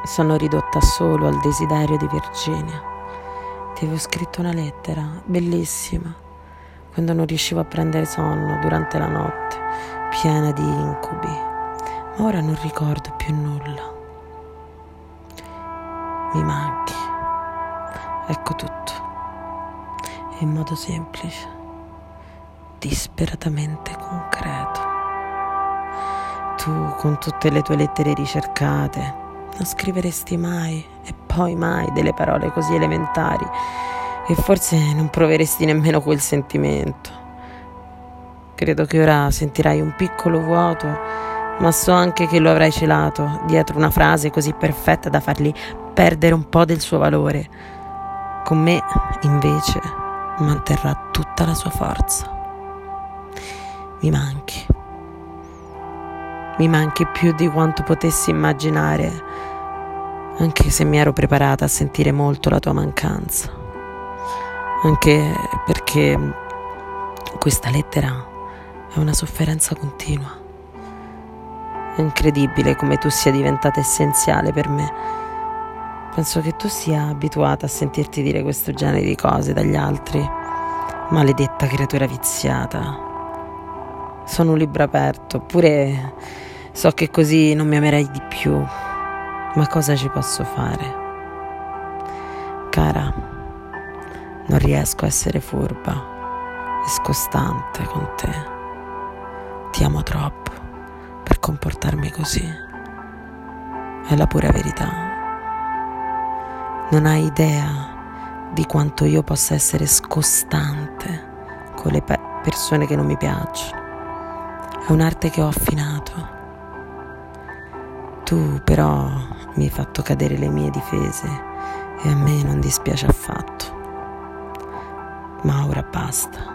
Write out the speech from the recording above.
Sono ridotta solo al desiderio di Virginia. Ti avevo scritto una lettera, bellissima, quando non riuscivo a prendere sonno durante la notte, piena di incubi, ma ora non ricordo più nulla. Mi manchi, ecco tutto, e in modo semplice, disperatamente concreto. Tu, con tutte le tue lettere ricercate, non scriveresti mai e poi mai delle parole così elementari e forse non proveresti nemmeno quel sentimento. Credo che ora sentirai un piccolo vuoto, ma so anche che lo avrai celato dietro una frase così perfetta da fargli perdere un po' del suo valore. Con me, invece, manterrà tutta la sua forza. Mi manchi più di quanto potessi immaginare, anche se mi ero preparata a sentire molto la tua mancanza, anche perché questa lettera è una sofferenza continua. È incredibile come tu sia diventata essenziale per me. Penso che tu sia abituata a sentirti dire questo genere di cose dagli altri. Maledetta creatura viziata. Sono un libro aperto, eppure so che così non mi amerai di più. Ma cosa ci posso fare? Cara, non riesco a essere furba e scostante con te. Ti amo troppo per comportarmi così. È la pura verità. Non hai idea di quanto io possa essere scostante con le persone che non mi piacciono. È un'arte che ho affinato. Tu però mi hai fatto cadere le mie difese e a me non dispiace affatto. Ma ora basta.